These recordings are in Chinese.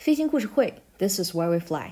飞行故事会 This is where we fly。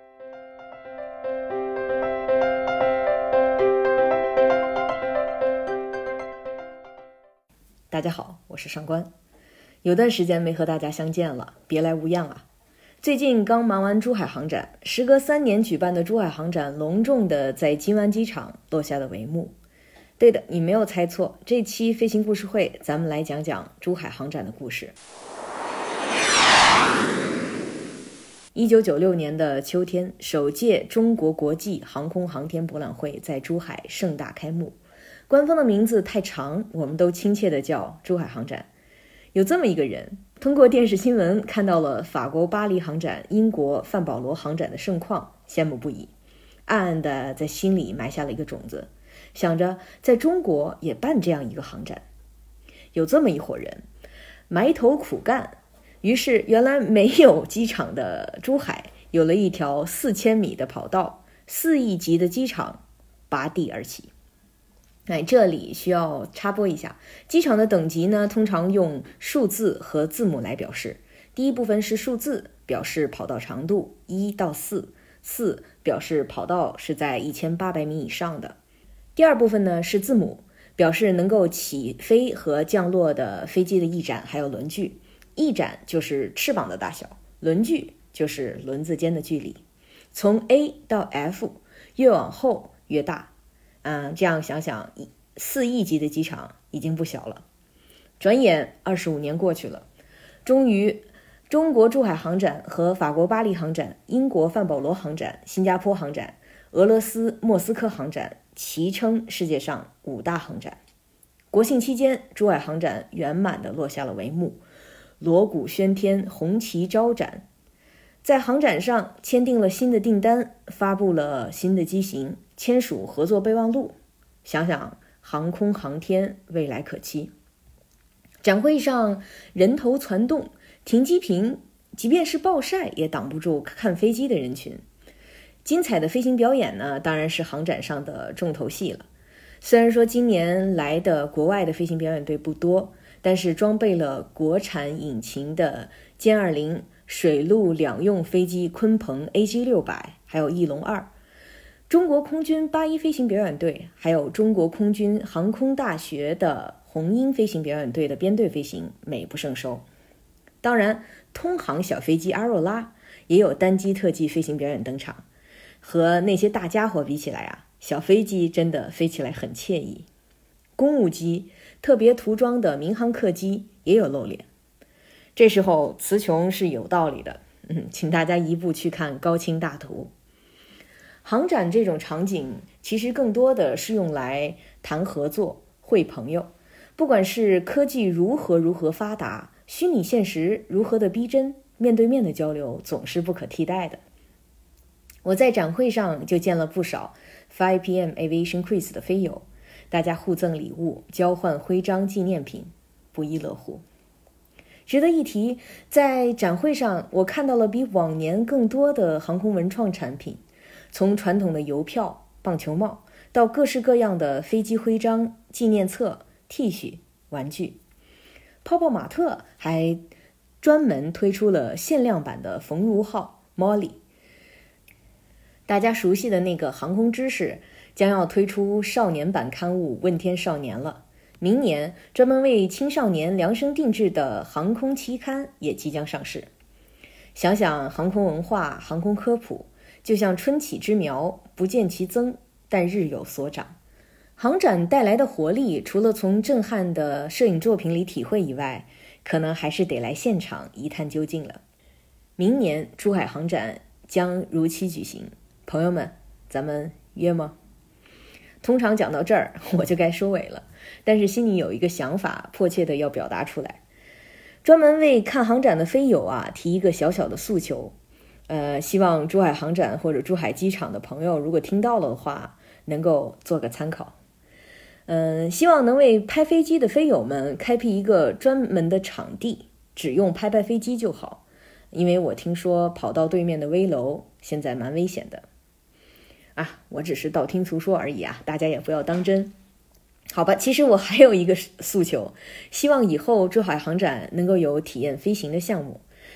大家好，我是上官。有段时间没和大家相见了，别来无恙啊。最近刚忙完珠海航展，时隔3年举办的珠海航展隆重的在金湾机场落下了帷幕。对的，你没有猜错，这期飞行故事会咱们来讲讲珠海航展的故事。1996年的秋天，首届中国国际航空航天博览会在珠海盛大开幕。官方的名字太长，我们都亲切地叫珠海航展。有这么一个人，通过电视新闻看到了法国巴黎航展、英国范保罗航展的盛况，羡慕不已，暗暗地在心里埋下了一个种子，想着在中国也办这样一个航展。有这么一伙人埋头苦干，于是原来没有机场的珠海有了一条4000米的跑道，4亿级的机场拔地而起。这里需要插播一下，机场的等级呢，通常用数字和字母来表示。第一部分是数字，表示跑道长度1到4， 4表示跑道是在1800米以上的。第二部分呢是字母，表示能够起飞和降落的飞机的翼展还有轮距。翼展就是翅膀的大小，轮距就是轮子间的距离。从 A 到 F 越往后越大。这样想想，4亿级的机场已经不小了。转眼25年过去了，终于中国珠海航展和法国巴黎航展、英国范保罗航展、新加坡航展、俄罗斯莫斯科航展齐称世界上5大航展。国庆期间，珠海航展圆满地落下了帷幕，锣鼓喧天，红旗招展。在航展上签订了新的订单，发布了新的机型，签署合作备忘录。想想航空航天未来可期。展会上人头攒动，停机坪即便是暴晒也挡不住看飞机的人群。精彩的飞行表演呢，当然是航展上的重头戏了。虽然说今年来的国外的飞行表演队不多，但是装备了国产引擎的歼20水陆两用飞机鲲鹏 AG600 还有翼龙2，中国空军81飞行表演队还有中国空军航空大学的红鹰飞行表演队的编队飞行美不胜收。当然通航小飞机阿若拉也有单机特技飞行表演登场，和那些大家伙比起来小飞机真的飞起来很惬意。公务机特别涂装的民航客机也有露脸。这时候词穷是有道理的，请大家移步去看高清大图。航展这种场景其实更多的是用来谈合作、会朋友。不管是科技如何发达，虚拟现实如何的逼真，面对面的交流总是不可替代的。我在展会上就见了不少 5PM Aviation Quiz 的飞友，大家互赠礼物，交换徽章纪念品，不亦乐乎。值得一提，在展会上我看到了比往年更多的航空文创产品，从传统的邮票、棒球帽到各式各样的飞机徽章、纪念册、T 恤、玩具。泡泡玛特还专门推出了限量版的冯如号 Molly。 大家熟悉的那个航空知识将要推出少年版刊物问天少年了，明年专门为青少年量身定制的航空期刊也即将上市。想想航空文化、航空科普，就像春起之苗，不见其增，但日有所长。航展带来的活力，除了从震撼的摄影作品里体会以外，可能还是得来现场一探究竟了。明年珠海航展将如期举行，朋友们，咱们约吗？通常讲到这儿我就该收尾了，但是心里有一个想法迫切的要表达出来，专门为看航展的飞友提一个小小的诉求。希望珠海航展或者珠海机场的朋友如果听到了的话，能够做个参考。希望能为拍飞机的飞友们开辟一个专门的场地，只用拍飞机就好，因为我听说跑到对面的危楼现在蛮危险的。我只是道听途说而已大家也不要当真。好吧，其实我还有一个诉求，希望以后珠海航展能够有体验飞行的项目，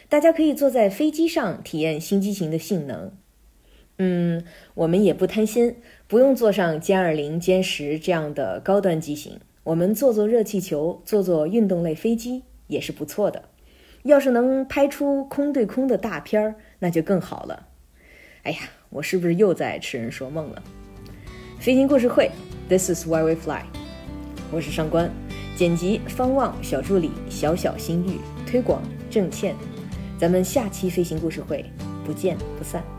大家可以坐在飞机上体验新机型的性能。我们也不贪心，不用坐上歼20、歼10这样的高端机型，我们坐热气球，坐运动类飞机也是不错的。要是能拍出空对空的大片儿，那就更好了。哎呀，我是不是又在痴人说梦了？飞行故事会 This is why we fly， 我是上官，剪辑方望，小助理小心玉，推广郑倩。咱们下期飞行故事会不见不散。